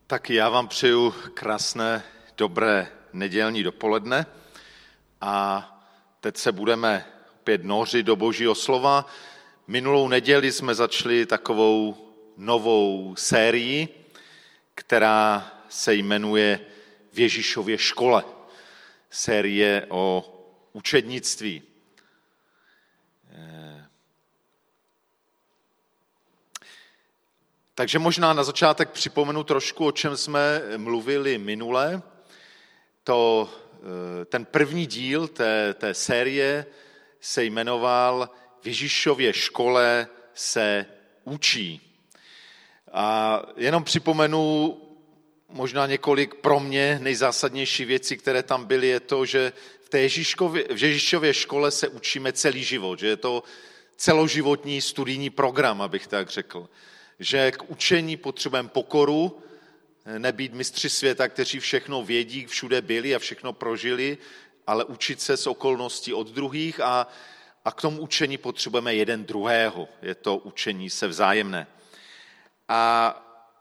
Tak já vám přeju krásné, dobré nedělní dopoledne a teď se budeme opět nořit do Božího slova. Minulou neděli jsme začali takovou novou sérii, která se jmenuje V Ježíšově škole. Série o učednictví. Takže možná na začátek připomenu trošku, o čem jsme mluvili minule. Ten první díl té série se jmenoval V Ježíšově škole se učí. A jenom připomenu možná několik pro mě nejzásadnější věcí, které tam byly, je to, že v Ježíšově škole se učíme celý život, že je to celoživotní studijní program, abych tak řekl. Že k učení potřebujeme pokoru, nebýt mistři světa, kteří všechno vědí, všude byli a všechno prožili, ale učit se z okolností od druhých a k tomu učení potřebujeme jeden druhého. Je to učení se vzájemné. A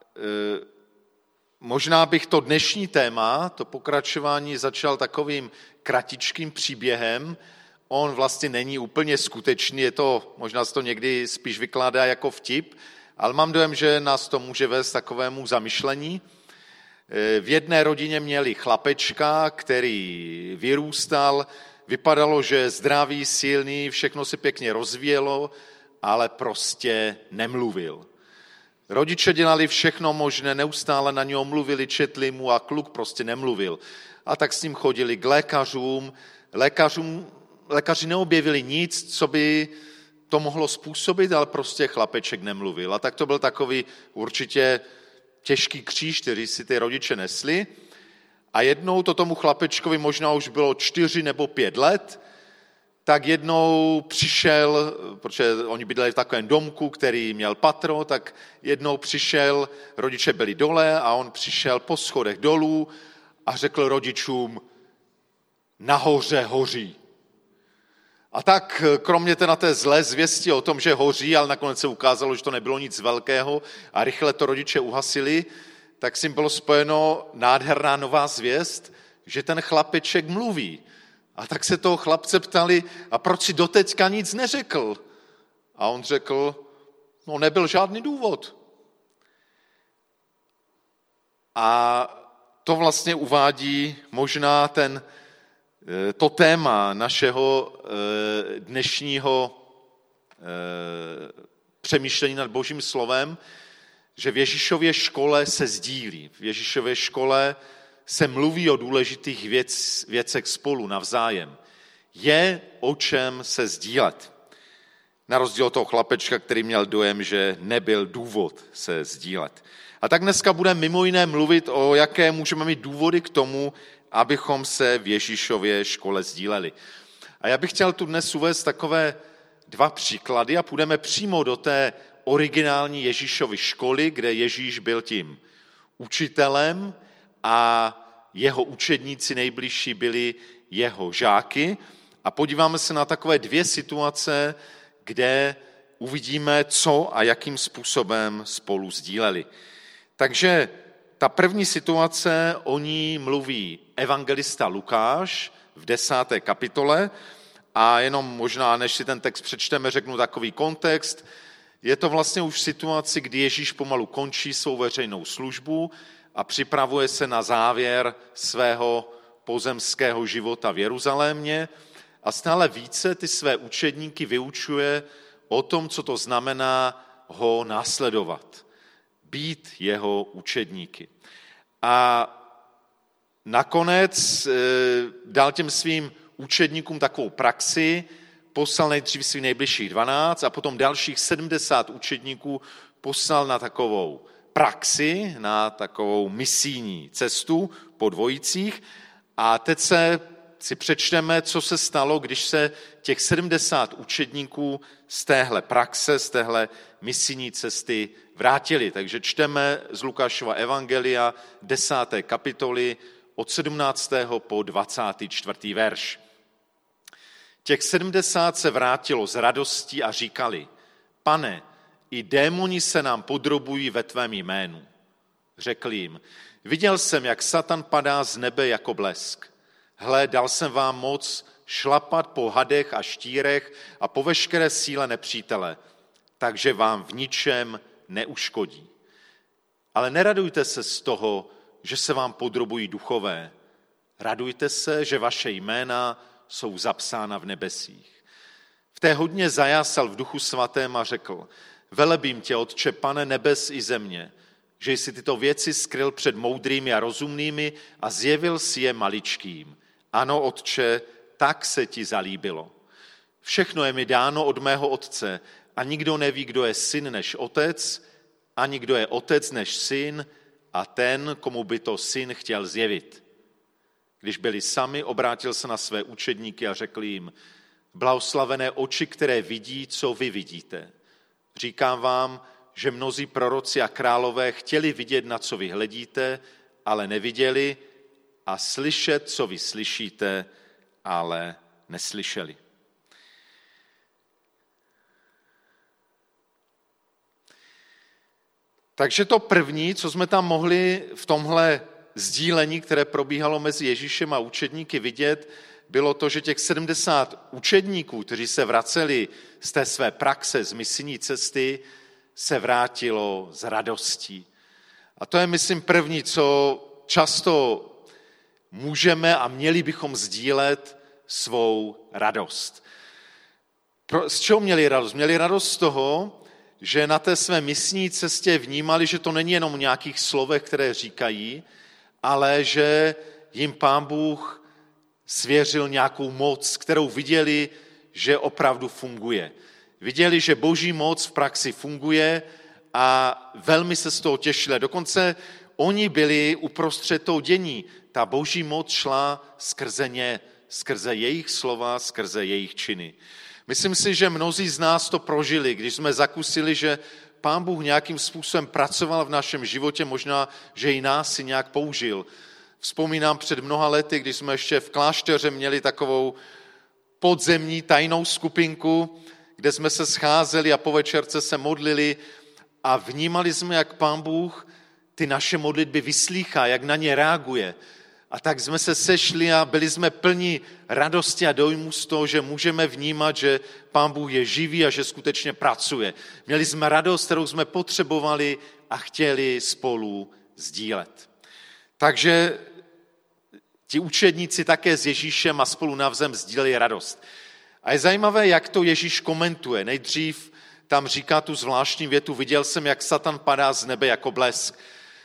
možná bych to dnešní téma, to pokračování začal takovým kratičkým příběhem. On vlastně není úplně skutečný, možná se to někdy spíš vykládá jako vtip, ale mám dojem, že nás to může vést takovému zamyšlení. V jedné rodině měli chlapečka, který vyrůstal, vypadalo, že je zdravý, silný, všechno se pěkně rozvíjelo, ale prostě nemluvil. Rodiče dělali všechno možné, neustále na něho mluvili, četli mu a kluk prostě nemluvil. A tak s ním chodili k lékařům. Lékaři neobjevili nic, co by to mohlo způsobit, ale prostě chlapeček nemluvil. A tak to byl takový určitě těžký kříž, který si ty rodiče nesli. A jednou to tomu chlapečkovi možná už bylo 4 nebo 5 let, tak jednou přišel, protože oni bydleli v takovém domku, který měl patro, tak jednou přišel, rodiče byli dole a on přišel po schodech dolů a řekl rodičům, nahoře hoří. A tak kromě té zlé zvěsti o tom, že hoří, ale nakonec se ukázalo, že to nebylo nic velkého a rychle to rodiče uhasili, tak s tím bylo spojeno nádherná nová zvěst, že ten chlapeček mluví. A tak se toho chlapce ptali, a proč si doteďka nic neřekl? A on řekl, no nebyl žádný důvod. A to vlastně uvádí možná to téma našeho dnešního přemýšlení nad Božím slovem, že v Ježíšově škole se sdílí. V Ježíšově škole se mluví o důležitých věcech spolu navzájem. Je o čem se sdílet. Na rozdíl od toho chlapečka, který měl dojem, že nebyl důvod se sdílet. A tak dneska budeme mimo jiné mluvit o jaké můžeme mít důvody k tomu, abychom se v Ježíšově škole sdíleli. A já bych chtěl tu dnes uvést takové 2 příklady a půjdeme přímo do té originální Ježíšovy školy, kde Ježíš byl tím učitelem a jeho učedníci nejbližší byli jeho žáky. A podíváme se na takové 2 situace, kde uvidíme, co a jakým způsobem spolu sdíleli. Takže ta první situace, o ní mluví evangelista Lukáš v 10. kapitole a jenom možná, než si ten text přečteme, řeknu takový kontext. Je to vlastně už v situaci, kdy Ježíš pomalu končí svou veřejnou službu a připravuje se na závěr svého pozemského života v Jeruzalémě a stále více ty své učedníky vyučuje o tom, co to znamená ho následovat, být jeho učedníky. A nakonec dal těm svým učedníkům takovou praxi, poslal nejdřív svých nejbližších 12 a potom dalších 70 učedníků poslal na takovou praxi, na takovou misijní cestu po dvojicích. A teď si přečteme, co se stalo, když se těch 70 učedníků z téhle praxe, z téhle misijní cesty vrátili. Takže čteme z Lukášova evangelia 10. kapitoly od 17. po 24. verš. Těch 70 se vrátilo s radostí a říkali, Pane, i démoni se nám podrobují ve tvém jménu. Řekl jim, viděl jsem, jak Satan padá z nebe jako blesk. Hle, dal jsem vám moc šlapat po hadech a štírech a po veškeré síle nepřítele, takže vám v ničem neuškodí. Ale neradujte se z toho, že se vám podrobují duchové. Radujte se, že vaše jména jsou zapsána v nebesích. V té hodně zajásal v duchu svatém a řekl, velebím tě, Otče, Pane nebes i země, že jsi tyto věci skryl před moudrými a rozumnými a zjevil si je maličkým. Ano, Otče, tak se ti zalíbilo. Všechno je mi dáno od mého Otce a nikdo neví, kdo je syn než otec, ani kdo je otec než syn a ten, komu by to syn chtěl zjevit. Když byli sami, obrátil se na své učedníky a řekl jim, blahoslavené oči, které vidí, co vy vidíte. Říkám vám, že mnozí proroci a králové chtěli vidět, na co vy hledíte, ale neviděli, a slyšet, co vy slyšíte, ale neslyšeli. Takže to první, co jsme tam mohli v tomhle sdílení, které probíhalo mezi Ježíšem a učedníky vidět, bylo to, že těch 70 učedníků, kteří se vraceli z té své praxe, z misijní cesty, se vrátilo s radostí. A to je, myslím, první, co často můžeme a měli bychom sdílet svou radost. Z čeho měli radost? Měli radost z toho, že na té své misijní cestě vnímali, že to není jenom o nějakých slovech, které říkají, ale že jim Pán Bůh svěřil nějakou moc, kterou viděli, že opravdu funguje. Viděli, že Boží moc v praxi funguje a velmi se z toho těšili. Dokonce oni byli uprostřed toho dění. Ta Boží moc šla skrze ně, skrze jejich slova, skrze jejich činy. Myslím si, že mnozí z nás to prožili, když jsme zakusili, že Pán Bůh nějakým způsobem pracoval v našem životě, možná, že i nás si nějak použil. Vzpomínám před mnoha lety, když jsme ještě v klášteře měli takovou podzemní tajnou skupinku, kde jsme se scházeli a po večerce se modlili a vnímali jsme, jak Pán Bůh ty naše modlitby vyslýchá, jak na ně reaguje. A tak jsme se sešli a byli jsme plní radosti a dojmu z toho, že můžeme vnímat, že Pán Bůh je živý a že skutečně pracuje. Měli jsme radost, kterou jsme potřebovali a chtěli spolu sdílet. Takže ti učedníci také s Ježíšem a spolu navzem sdíleli radost. A je zajímavé, jak to Ježíš komentuje. Nejdřív tam říká tu zvláštní větu, viděl jsem, jak Satan padá z nebe jako blesk.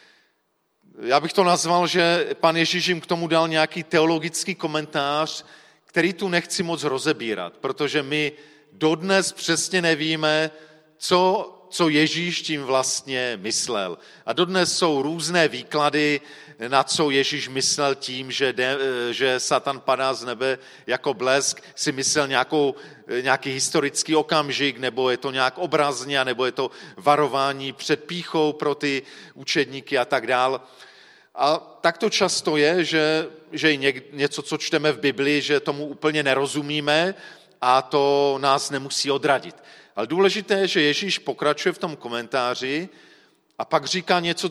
Já bych to nazval, že pan Ježíš jim k tomu dal nějaký teologický komentář, který tu nechci moc rozebírat, protože my dodnes přesně nevíme, co Ježíš tím vlastně myslel. A dodnes jsou různé výklady, na co Ježíš myslel tím, že Satan padá z nebe jako blesk, si myslel nějaký historický okamžik, nebo je to nějak obrazně, nebo je to varování před pýchou pro ty učedníky a tak dál. A tak to často je, že něco, co čteme v Biblii, že tomu úplně nerozumíme a to nás nemusí odradit. Ale důležité je, že Ježíš pokračuje v tom komentáři a pak říká něco,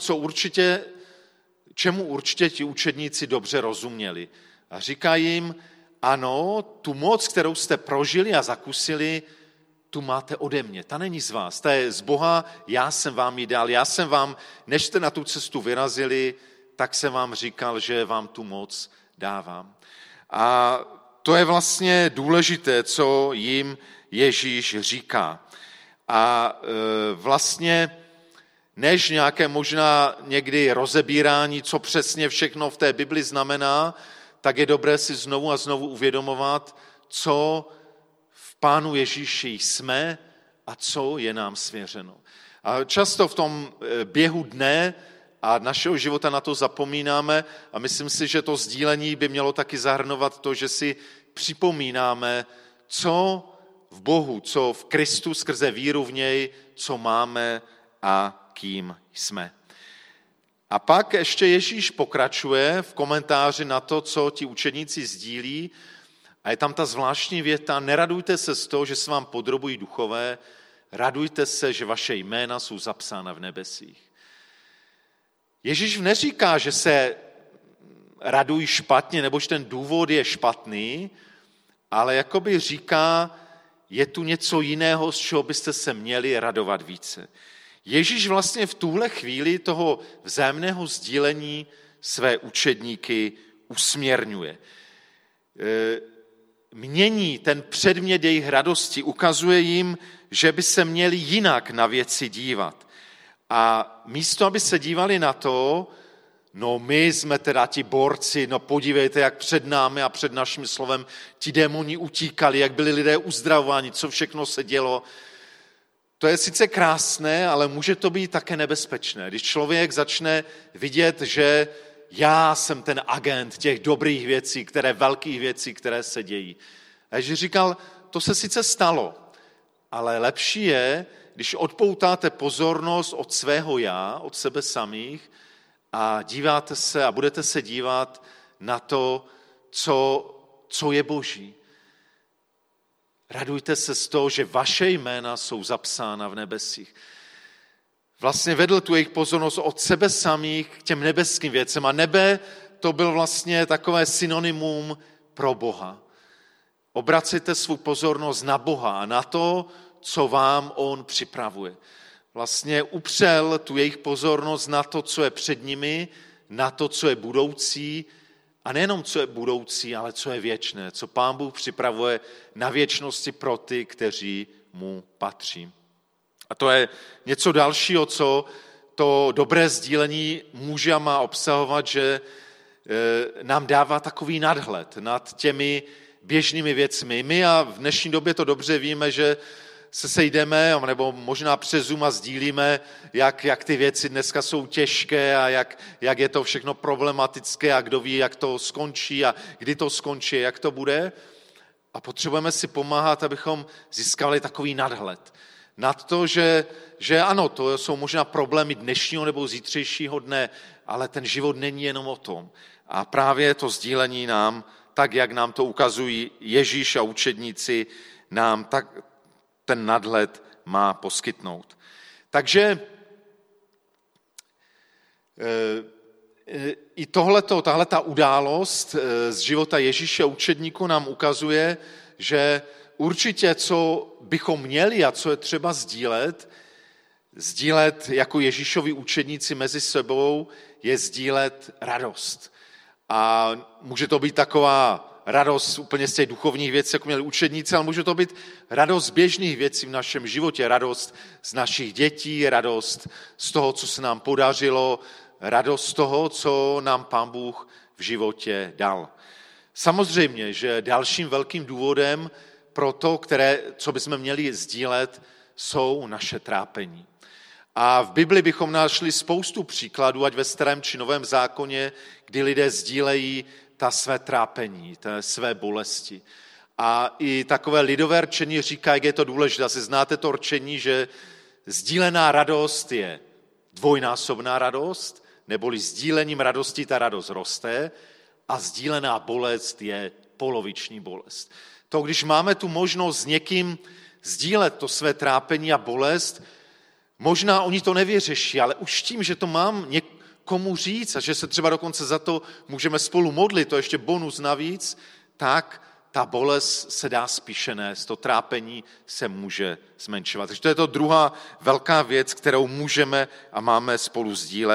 čemu určitě ti učedníci dobře rozuměli. A říká jim, ano, tu moc, kterou jste prožili a zakusili, tu máte ode mě, ta není z vás, ta je z Boha, já jsem vám ji dal, já jsem vám, než jste na tu cestu vyrazili, tak jsem vám říkal, že vám tu moc dávám. A to je vlastně důležité, co jim Ježíš říká. A vlastně než nějaké možná někdy rozebírání, co přesně všechno v té Bibli znamená, tak je dobré si znovu a znovu uvědomovat, co v Pánu Ježíši jsme a co je nám svěřeno. A často v tom běhu dne a našeho života na to zapomínáme a myslím si, že to sdílení by mělo taky zahrnovat to, že si připomínáme, co v Bohu, co v Kristu skrze víru v něj, co máme a kým jsme. A pak ještě Ježíš pokračuje v komentáři na to, co ti učedníci sdílí a je tam ta zvláštní věta, neradujte se z toho, že se vám podrobují duchové, radujte se, že vaše jména jsou zapsána v nebesích. Ježíš neříká, že se raduj špatně, nebož ten důvod je špatný, ale jakoby říká, je tu něco jiného, z čeho byste se měli radovat více. Ježíš vlastně v tuhle chvíli toho vzájemného sdílení své učedníky usměrňuje. Mění ten předmět jejich radosti, ukazuje jim, že by se měli jinak na věci dívat. A místo, aby se dívali na to, no my jsme teda ti borci, no podívejte, jak před námi a před naším slovem ti démoni utíkali, jak byli lidé uzdravováni, co všechno se dělo. To je sice krásné, ale může to být také nebezpečné. Když člověk začne vidět, že já jsem ten agent těch dobrých věcí, velkých věcí, které se dějí. A Ježíš říkal, to se sice stalo, ale lepší je, když odpoutáte pozornost od svého já, od sebe samých a díváte se a budete se dívat na to, co je Boží. Radujte se z toho, že vaše jména jsou zapsána v nebesích. Vlastně vedl tu jejich pozornost od sebe samých k těm nebeským věcem. A nebe to byl vlastně takové synonymum pro Boha. Obracejte svou pozornost na Boha a na to, co vám on připravuje. Vlastně upřel tu jejich pozornost na to, co je před nimi, na to, co je budoucí, a nejenom co je budoucí, ale co je věčné, co Pán Bůh připravuje na věčnosti pro ty, kteří mu patří. A to je něco dalšího, co to dobré sdílení může a má obsahovat, že nám dává takový nadhled nad těmi běžnými věcmi. My a v dnešní době to dobře víme, že se sejdeme, nebo možná přes Zoom a sdílíme, jak ty věci dneska jsou těžké a jak je to všechno problematické a kdo ví, jak to skončí a kdy to skončí, jak to bude. A potřebujeme si pomáhat, abychom získali takový nadhled nad to, že ano, to jsou možná problémy dnešního nebo zítřejšího dne, ale ten život není jenom o tom. A právě to sdílení nám, tak jak nám to ukazují Ježíš a učedníci, nám tak ten nadhled má poskytnout. Takže i tahleta událost z života Ježíše učedníků nám ukazuje, že určitě, co bychom měli a co je třeba sdílet jako Ježíšovi učedníci mezi sebou, je sdílet radost. A může to být taková radost úplně z těch duchovních věcí, jako měli učedníci, ale může to být radost z běžných věcí v našem životě, radost z našich dětí, radost z toho, co se nám podařilo, radost z toho, co nám Pán Bůh v životě dal. Samozřejmě, že dalším velkým důvodem pro to, co bychom měli sdílet, jsou naše trápení. A v Bibli bychom našli spoustu příkladů, ať ve Starém či Novém zákoně, kdy lidé sdílejí ta své trápení, té své bolesti. A i takové lidové rčení říká, jak je to důležité. Asi znáte to rčení, že sdílená radost je dvojnásobná radost, neboli sdílením radosti ta radost roste a sdílená bolest je poloviční bolest. To, když máme tu možnost s někým sdílet to své trápení a bolest, možná oni to nevyřeší, ale už tím, že to mám komu říct a že se třeba dokonce za to můžeme spolu modlit, to je ještě bonus navíc, tak ta bolest se dá spíše nést, to trápení se může zmenšovat. Takže to je to druhá velká věc, kterou můžeme a máme spolu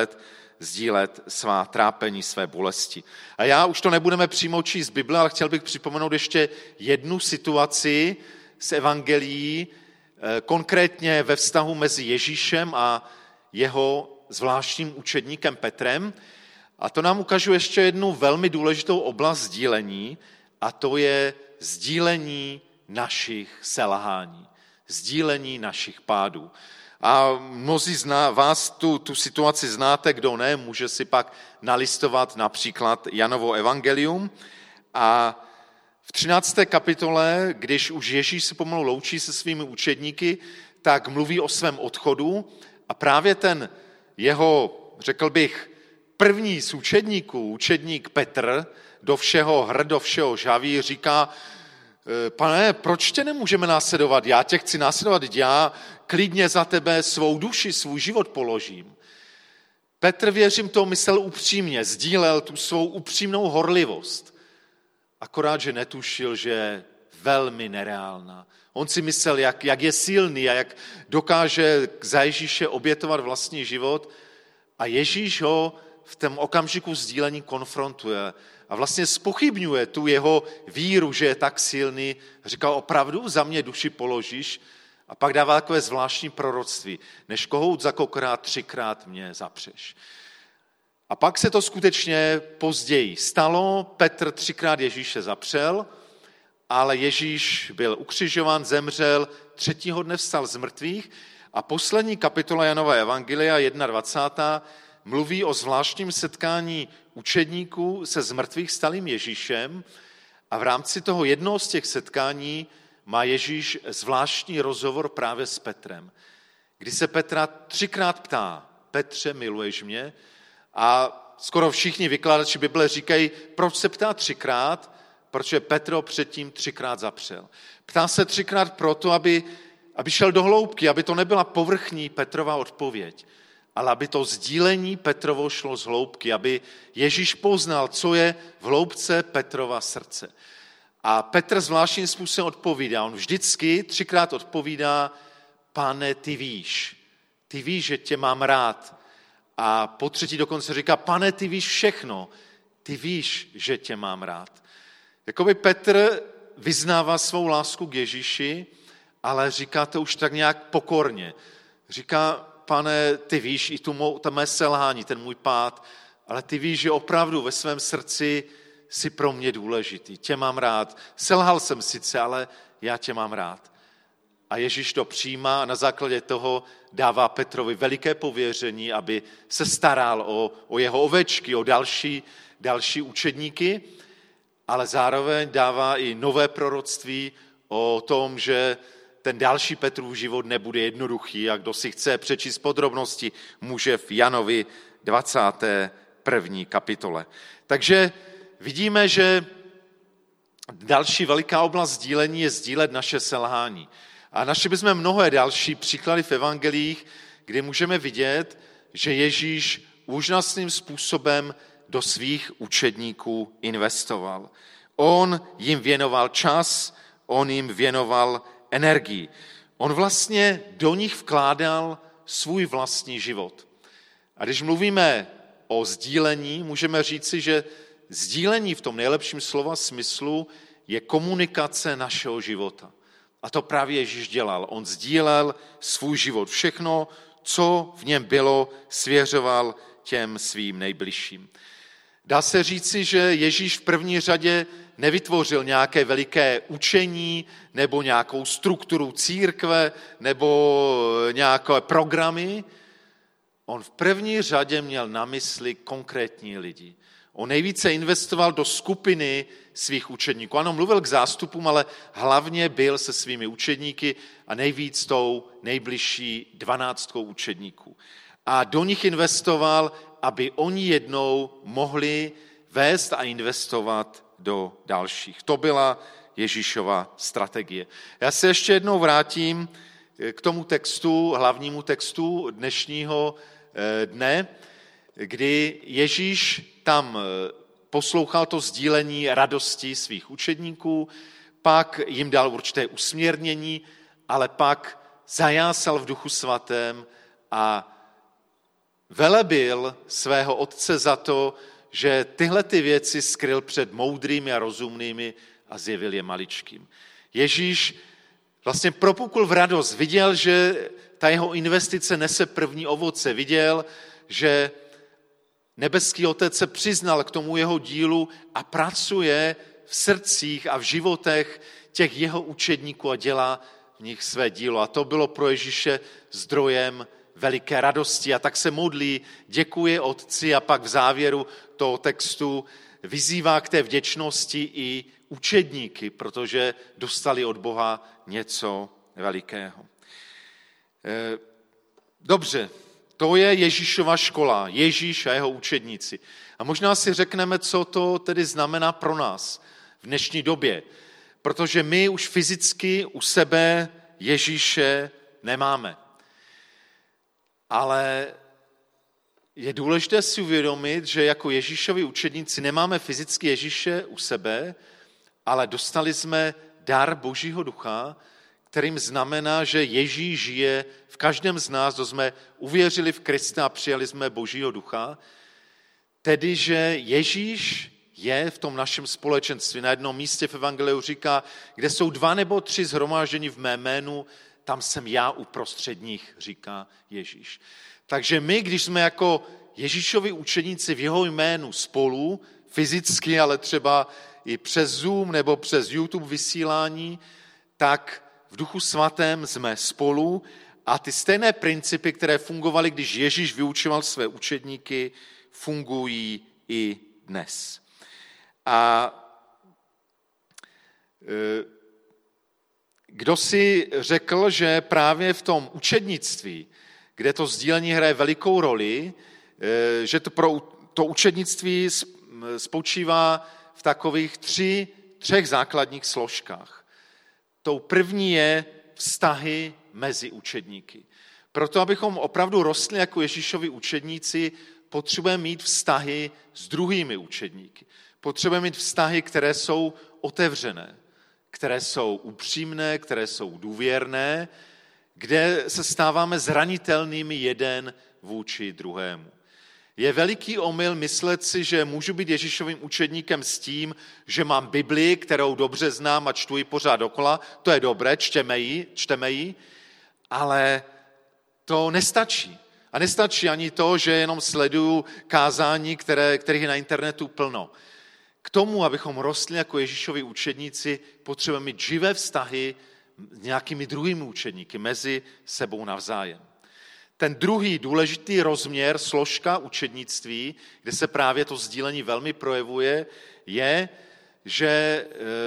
sdílet svá trápení, své bolesti. A já už to nebudeme přímo číst z Bible, ale chtěl bych připomenout ještě jednu situaci z evangelií, konkrétně ve vztahu mezi Ježíšem a jeho zvláštním učedníkem Petrem. A to nám ukazuje ještě jednu velmi důležitou oblast sdílení, a to je sdílení našich selhání, sdílení našich pádů. A mnozí z vás tu situaci znáte, kdo ne, může si pak nalistovat například Janovo evangelium. A v 13. kapitole, když už Ježíš se pomalu loučí se svými učedníky, tak mluví o svém odchodu a právě ten jeho, řekl bych, první z učedníků, učedník Petr, do všeho hrd, do všeho žaví, říká, Pane, proč tě nemůžeme následovat? Já tě chci následovat, já klidně za tebe svou duši, svůj život položím. Petr, věřím, to myslel upřímně, sdílel tu svou upřímnou horlivost. Akorát, že netušil, že je velmi nereálná. On si myslel, jak je silný a jak dokáže za Ježíše obětovat vlastní život. A Ježíš ho v tom okamžiku sdílení konfrontuje a vlastně zpochybňuje tu jeho víru, že je tak silný. Říkal, opravdu za mě duši položíš? A pak dává takové zvláštní proroctví. Než kohout za kokrát 3krát mě zapřeš. A pak se to skutečně později stalo. Petr 3krát Ježíše zapřel, ale Ježíš byl ukřižován, zemřel, 3. dne vstal z mrtvých a poslední kapitola Janova evangelia, 21. mluví o zvláštním setkání učedníků se zmrtvých stalým Ježíšem a v rámci toho jednoho z těch setkání má Ježíš zvláštní rozhovor právě s Petrem, kdy se Petra 3krát ptá, Petře, miluješ mě? A skoro všichni vykladači Bible říkají, proč se ptá 3krát? Protože Petr ho předtím 3krát zapřel. Ptá se 3krát proto, aby šel do hloubky, aby to nebyla povrchní Petrova odpověď, ale aby to sdílení Petrovo šlo z hloubky, aby Ježíš poznal, co je v hloubce Petrova srdce. A Petr zvláštním způsobem odpovídá. On vždycky 3krát odpovídá, Pane, ty víš, že tě mám rád. A po třetí dokonce říká, Pane, ty víš všechno, ty víš, že tě mám rád. Jakoby Petr vyznává svou lásku k Ježíši, ale říká to už tak nějak pokorně. Říká, Pane, ty víš i to mé selhání, ten můj pád, ale ty víš, že opravdu ve svém srdci jsi pro mě důležitý, tě mám rád. Selhal jsem sice, ale já tě mám rád. A Ježíš to přijímá a na základě toho dává Petrovi veliké pověření, aby se staral o jeho ovečky, o další učedníky, ale zároveň dává i nové proroctví o tom, že ten další Petrův život nebude jednoduchý a kdo si chce přečíst podrobnosti, může v Janovi 21. kapitole. Takže vidíme, že další veliká oblast sdílení je sdílet naše selhání. A našli bychom mnohé další příklady v evangelích, kdy můžeme vidět, že Ježíš úžasným způsobem do svých učedníků investoval. On jim věnoval čas, on jim věnoval energii. On vlastně do nich vkládal svůj vlastní život. A když mluvíme o sdílení, můžeme říci, že sdílení v tom nejlepším slova smyslu je komunikace našeho života. A to právě Ježíš dělal. On sdílel svůj život. Všechno, co v něm bylo, svěřoval těm svým nejbližším. Dá se říci, že Ježíš v první řadě nevytvořil nějaké veliké učení nebo nějakou strukturu církve nebo nějaké programy. On v první řadě měl na mysli konkrétní lidi. On nejvíce investoval do skupiny svých učedníků. Ano, mluvil k zástupům, ale hlavně byl se svými učedníky a nejvíc tou nejbližší 12 učedníků. A do nich investoval, aby oni jednou mohli vést a investovat do dalších. To byla Ježíšova strategie. Já se ještě jednou vrátím k tomu textu, hlavnímu textu dnešního dne, kdy Ježíš tam poslouchal to sdílení radosti svých učedníků, pak jim dal určité usměrnění, ale pak zajásal v Duchu svatém a velebil svého otce za to, že tyhle ty věci skryl před moudrými a rozumnými a zjevil je maličkým. Ježíš vlastně propukl v radost, viděl, že ta jeho investice nese první ovoce, viděl, že nebeský otec se přiznal k tomu jeho dílu a pracuje v srdcích a v životech těch jeho učedníků a dělá v nich své dílo. A to bylo pro Ježíše zdrojem veliké radosti. A tak se modlí, děkuje otci a pak v závěru toho textu vyzývá k té vděčnosti i učedníky, protože dostali od Boha něco velikého. Dobře, to je Ježíšova škola, Ježíš a jeho učedníci. A možná si řekneme, co to tedy znamená pro nás v dnešní době, protože my už fyzicky u sebe Ježíše nemáme. Ale je důležité si uvědomit, že jako Ježíšovi učedníci nemáme fyzicky Ježíše u sebe, ale dostali jsme dar Božího ducha, kterým znamená, že Ježíš žije v každém z nás, kdo jsme uvěřili v Krista a přijali jsme Božího ducha, tedy, že Ježíš je v tom našem společenství. Na jednom místě v Evangeliu říká, kde jsou 2 nebo 3 shromážděni v mém jménu, tam jsem já uprostřed nich, říká Ježíš. Takže my, když jsme jako Ježíšovi učeníci v jeho jménu spolu, fyzicky, ale třeba i přes Zoom nebo přes YouTube vysílání, tak v Duchu svatém jsme spolu a ty stejné principy, které fungovaly, když Ježíš vyučoval své učedníky, fungují i dnes. A kdo si řekl, že právě v tom učednictví, kde to sdílení hraje velikou roli, že to učednictví spočívá v takových 3 základních složkách. Tou první je vztahy mezi učedníky. Proto, abychom opravdu rostli jako Ježíšovi učedníci, potřebujeme mít vztahy s druhými učedníky. Potřebujeme mít vztahy, které jsou otevřené, které jsou upřímné, které jsou důvěrné, kde se stáváme zranitelnými jeden vůči druhému. Je veliký omyl myslet si, že můžu být Ježíšovým učedníkem s tím, že mám Biblii, kterou dobře znám a čtu ji pořád dokola. To je dobré, čteme ji, ale to nestačí. A nestačí ani to, že jenom sleduju kázání, kterých je na internetu plno. K tomu, abychom rostli jako Ježíšovi učedníci, potřebujeme mít živé vztahy s nějakými druhými učedníky, mezi sebou navzájem. Ten druhý důležitý rozměr, složka učednictví, kde se právě to sdílení velmi projevuje, je, že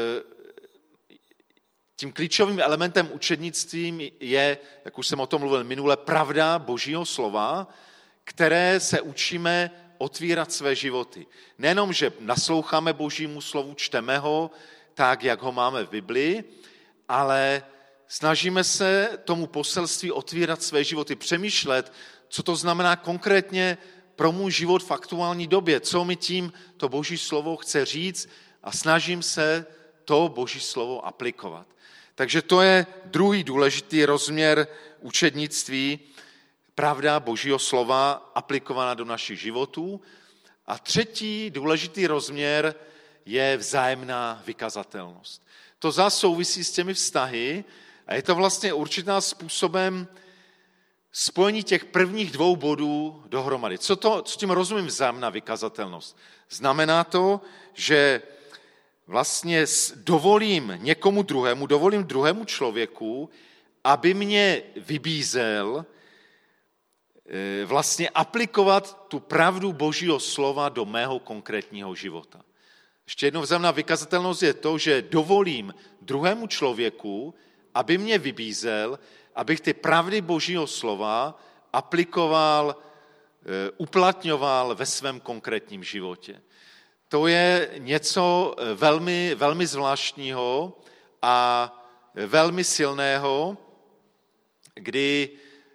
tím klíčovým elementem učednictví je, jak už jsem o tom mluvil minule, pravda Božího slova, které se učíme otvírat své životy. Nejenom, že nasloucháme Božímu slovu, čteme ho tak, jak ho máme v Biblii, ale snažíme se tomu poselství otvírat své životy, přemýšlet, co to znamená konkrétně pro můj život v aktuální době, co mi tím to Boží slovo chce říct a snažím se to Boží slovo aplikovat. Takže to je druhý důležitý rozměr učednictví, pravda Božího slova aplikovaná do našich životů. A třetí důležitý rozměr je vzájemná vykazatelnost. To zase souvisí s těmi vztahy a je to vlastně určitým způsobem spojení těch prvních 2 bodů dohromady. Co tím rozumím vzájemná vykazatelnost? Znamená to, že vlastně dovolím někomu druhému, dovolím druhému člověku, aby mě vybízel vlastně aplikovat tu pravdu Božího slova do mého konkrétního života. Ještě jednou vzájemná vykazatelnost je to, že dovolím druhému člověku, aby mě vybízel, abych ty pravdy Božího slova aplikoval, uplatňoval ve svém konkrétním životě. To je něco velmi, velmi zvláštního a velmi silného, kdy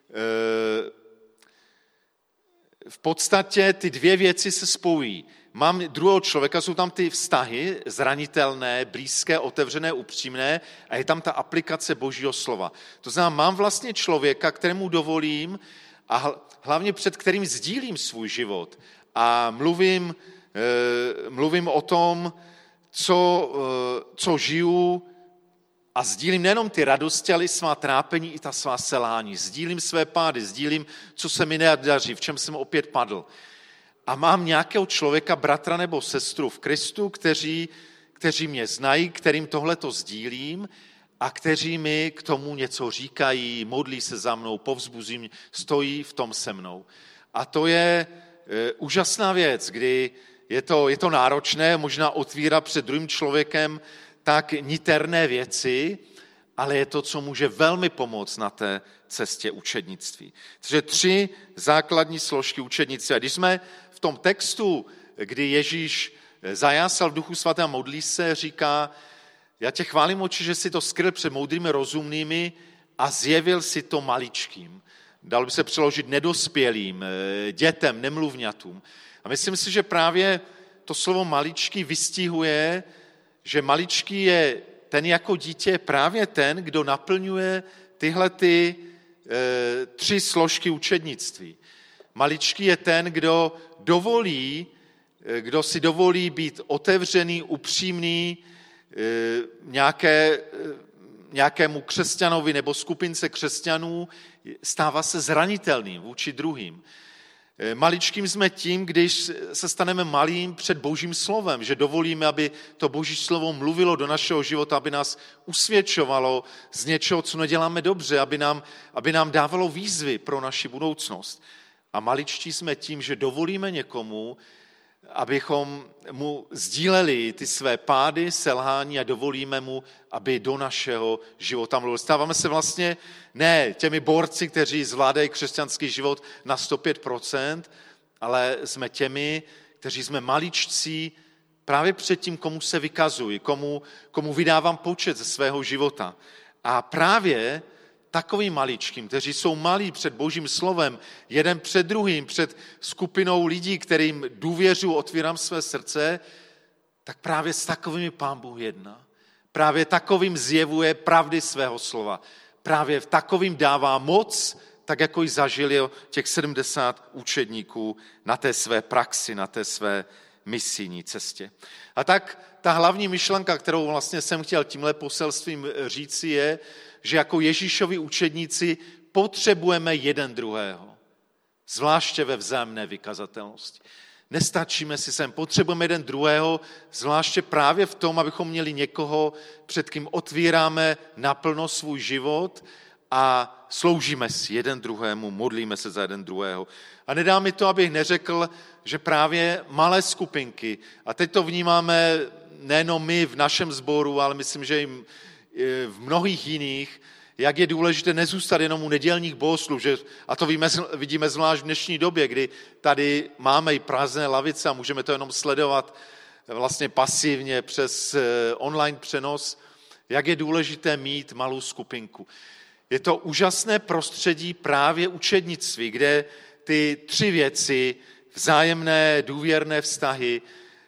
v podstatě ty 2 věci se spojí. Mám druhého člověka, jsou tam ty vztahy zranitelné, blízké, otevřené, upřímné a je tam ta aplikace Božího slova. To znamená, mám vlastně člověka, kterému dovolím a hlavně před kterým sdílím svůj život a mluvím o tom, co žiju a sdílím nejenom ty radosti, ale i svá trápení, i ta svá selhání. Sdílím své pády, sdílím, co se mi nedaří, v čem jsem opět padl. A mám nějakého člověka, bratra nebo sestru v Kristu, kteří mě znají, kterým tohleto sdílím a kteří mi k tomu něco říkají, modlí se za mnou, povzbuzí mě, stojí v tom se mnou. A to je úžasná věc, kdy je to náročné, možná otvírat před druhým člověkem tak niterné věci, ale je to, co může velmi pomoct na té cestě učednictví. Takže 3 základní složky učednictví. A když jsme v tom textu, kdy Ježíš zajásal v Duchu svatém a modlí se, říká, já tě chválím, Otče, že si to skryl před moudrými rozumnými a zjevil si to maličkým. dalo by se přeložit nedospělým, dětem, nemluvňatům. A myslím si, že právě to slovo maličký vystihuje, že maličký je ten jako dítě právě ten, kdo naplňuje tyhle tři složky učednictví. Maličký je ten, kdo si dovolí být otevřený, upřímný nějakému křesťanovi nebo skupince křesťanů, stává se zranitelným vůči druhým. Maličkým jsme tím, když se staneme malým před Božím slovem, že dovolíme, aby to Boží slovo mluvilo do našeho života, aby nás usvědčovalo z něčeho, co neděláme dobře, aby nám dávalo výzvy pro naši budoucnost. A maličtí jsme tím, že dovolíme někomu, abychom mu sdíleli ty své pády, selhání a dovolíme mu, aby do našeho života mluvil. Stáváme se vlastně ne těmi borci, kteří zvládají křesťanský život na 105%, ale jsme těmi, kteří jsme maličcí právě před tím, komu se vykazuji, komu vydávám počet ze svého života. A právě takovým maličkým, kteří jsou malí před Božím slovem, jeden před druhým, před skupinou lidí, kterým důvěřuji, otvírám své srdce, tak právě s takovými Pán Bůh jedná. Právě takovým zjevuje pravdy svého slova. Právě v takovým dává moc, tak jako ji zažili těch 70 učedníků na té své praxi, na té své misijní cestě. A tak ta hlavní myšlenka, kterou vlastně jsem chtěl tímhle poselstvím říci, je, že jako Ježíšovi učedníci potřebujeme jeden druhého, zvláště ve vzájemné vykazatelnosti. Nestačíme si sem, potřebujeme jeden druhého, zvláště právě v tom, abychom měli někoho, před kým otvíráme naplno svůj život a sloužíme si jeden druhému, modlíme se za jeden druhého. A nedá mi to, abych neřekl, že právě malé skupinky, a teď to vnímáme nejenom my v našem sboru, ale myslím, že i v mnohých jiných, jak je důležité nezůstat jenom u nedělních bohoslužeb. A to vidíme zvlášť v dnešní době, kdy tady máme i prázdné lavice a můžeme to jenom sledovat vlastně pasivně přes online přenos, jak je důležité mít malou skupinku. Je to úžasné prostředí právě učednictví, kde ty tři věci, vzájemné důvěrné vztahy,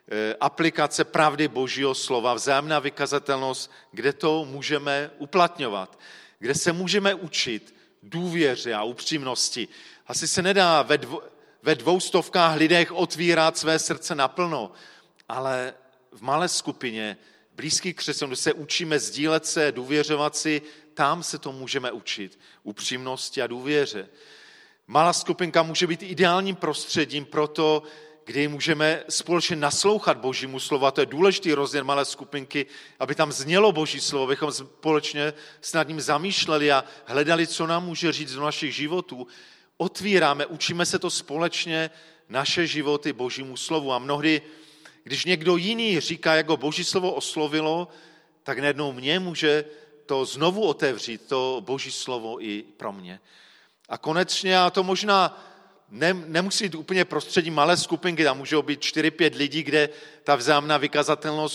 aplikace pravdy Božího slova, vzájemná vykazatelnost, kde to můžeme uplatňovat, kde se můžeme učit důvěře a upřímnosti. Asi se nedá ve 200 lidech otvírat své srdce naplno, ale v malé skupině blízkých křesťanů se učíme sdílet se, důvěřovat si, tam se to můžeme učit, upřímnosti a důvěře. Malá skupinka může být ideálním prostředím pro to, kdy můžeme společně naslouchat Božímu slovu. A to je důležitý rozměr malé skupinky, aby tam znělo Boží slovo, abychom společně s nad ním zamýšleli a hledali, co nám může říct do našich životů. Otvíráme, učíme se to společně, naše životy Božímu slovu. A mnohdy, když někdo jiný říká, jak ho Boží slovo oslovilo, tak najednou mě může to znovu otevřít, to Boží slovo i pro mě. A konečně, a to možná nemusí být úplně prostředí malé skupinky, tam můžou být 4-5 lidí, kde ta vzájemná vykazatelnost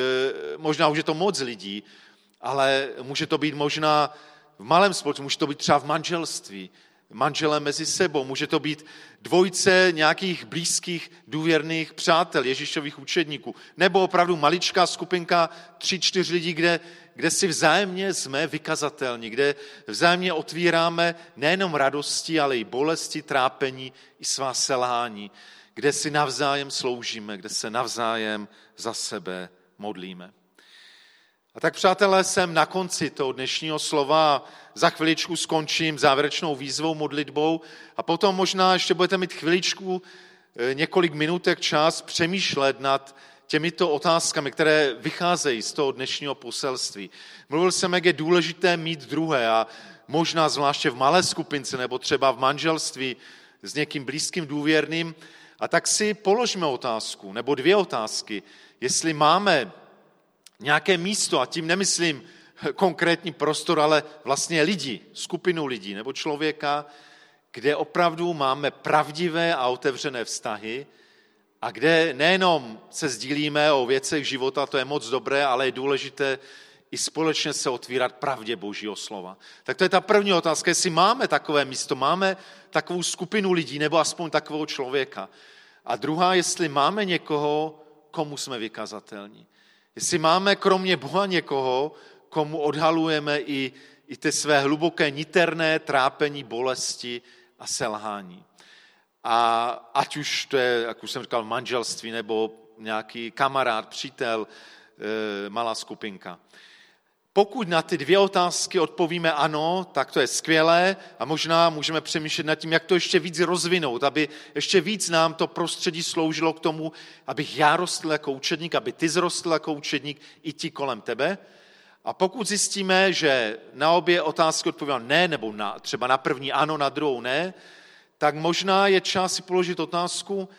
možná už je to moc lidí, ale může to být možná v malém společnosti, může to být třeba v manželství, manželé mezi sebou, může to být dvojice nějakých blízkých důvěrných přátel, Ježíšových učedníků, nebo opravdu maličká skupinka 3-4 lidí, kde si vzájemně jsme vykazatelní, kde vzájemně otvíráme nejenom radosti, ale i bolesti, trápení, i svá selhání, kde si navzájem sloužíme, kde se navzájem za sebe modlíme. A tak, přátelé, jsem na konci toho dnešního slova, za chviličku skončím závěrečnou výzvou, modlitbou a potom možná ještě budete mít chviličku, několik minutek čas přemýšlet nad těmito otázkami, které vycházejí z toho dnešního poselství. Mluvil jsem, jak je důležité mít druhé a možná zvláště v malé skupince nebo třeba v manželství s někým blízkým důvěrným. A tak si položme otázku, nebo 2 otázky, jestli máme nějaké místo, a tím nemyslím konkrétní prostor, ale vlastně lidi, skupinu lidí nebo člověka, kde opravdu máme pravdivé a otevřené vztahy a kde nejenom se sdílíme o věcech života, to je moc dobré, ale je důležité i společně se otvírat pravdě Božího slova. Tak to je ta první otázka, jestli máme takové místo, máme takovou skupinu lidí, nebo aspoň takového člověka. A druhá, jestli máme někoho, komu jsme vykazatelní. Jestli máme kromě Boha někoho, komu odhalujeme i ty své hluboké niterné trápení, bolesti a selhání. A ať už to je, jak už jsem říkal, manželství, nebo nějaký kamarád, přítel, malá skupinka. Pokud na ty dvě otázky odpovíme ano, tak to je skvělé a možná můžeme přemýšlet nad tím, jak to ještě víc rozvinout, aby ještě víc nám to prostředí sloužilo k tomu, abych já rostl jako učedník, aby ty zrostl jako učedník i ti kolem tebe. A pokud zjistíme, že na obě otázky odpovídáme ne, nebo třeba na první ano, na druhou ne, tak možná je čas si položit otázku,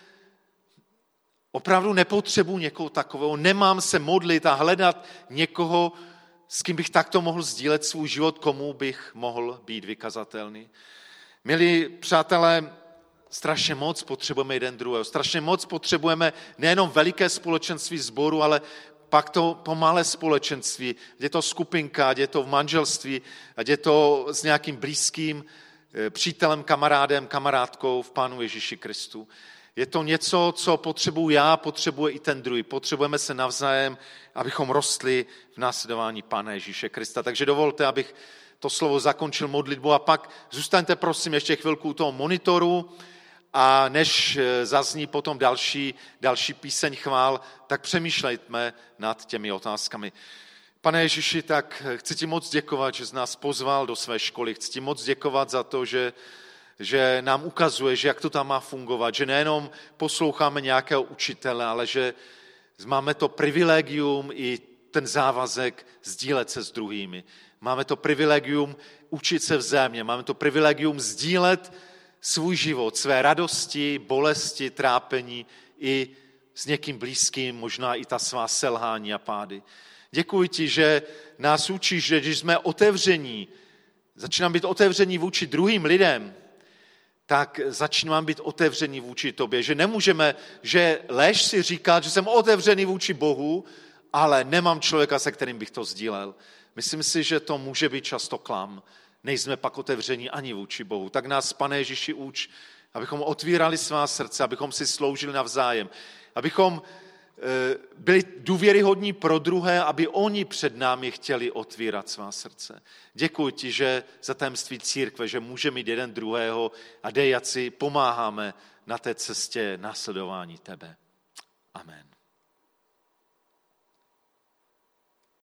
opravdu nepotřebuji někoho takového, nemám se modlit a hledat někoho, s kým bych takto mohl sdílet svůj život, komu bych mohl být vykazatelný. Milí přátelé, strašně moc potřebujeme jeden druhého, strašně moc potřebujeme nejenom veliké společenství sboru, ale pak to pomalé společenství, ať je to skupinka, ať je to v manželství, ať je to s nějakým blízkým přítelem, kamarádem, kamarádkou v Pánu Ježíši Kristu. Je to něco, co potřebuji já, potřebuje i ten druhý. Potřebujeme se navzájem, abychom rostli v následování Pána Ježíše Krista. Takže dovolte, abych to slovo zakončil modlitbou a pak zůstaňte prosím ještě chvilku u toho monitoru a než zazní potom další píseň chvál, tak přemýšlejme nad těmi otázkami. Pane Ježíši, tak chci ti moc děkovat, že jsi nás pozval do své školy. Chci ti moc děkovat za to, že nám ukazuje, že jak to tam má fungovat, že nejenom posloucháme nějakého učitele, ale že máme to privilegium i ten závazek sdílet se s druhými. Máme to privilegium učit se vzájemně, máme to privilegium sdílet svůj život, své radosti, bolesti, trápení i s někým blízkým, možná i ta svá selhání a pády. Děkuji ti, že nás učíš, že když jsme otevření, začínáme být otevření vůči druhým lidem, tak začínáme být otevření vůči tobě. Že nemůžeme, že lež si říkat, že jsem otevřený vůči Bohu, ale nemám člověka, se kterým bych to sdílel. Myslím si, že to může být často klam. Nejsme pak otevření ani vůči Bohu. Tak nás, Pane Ježíši, uč, abychom otvírali svá srdce, abychom si sloužili navzájem, abychom byli důvěryhodní pro druhé, aby oni před námi chtěli otvírat svá srdce. Děkuji ti, že za tajemství církve, že můžeme mít jeden druhého a dejaci pomáháme na té cestě následování tebe. Amen.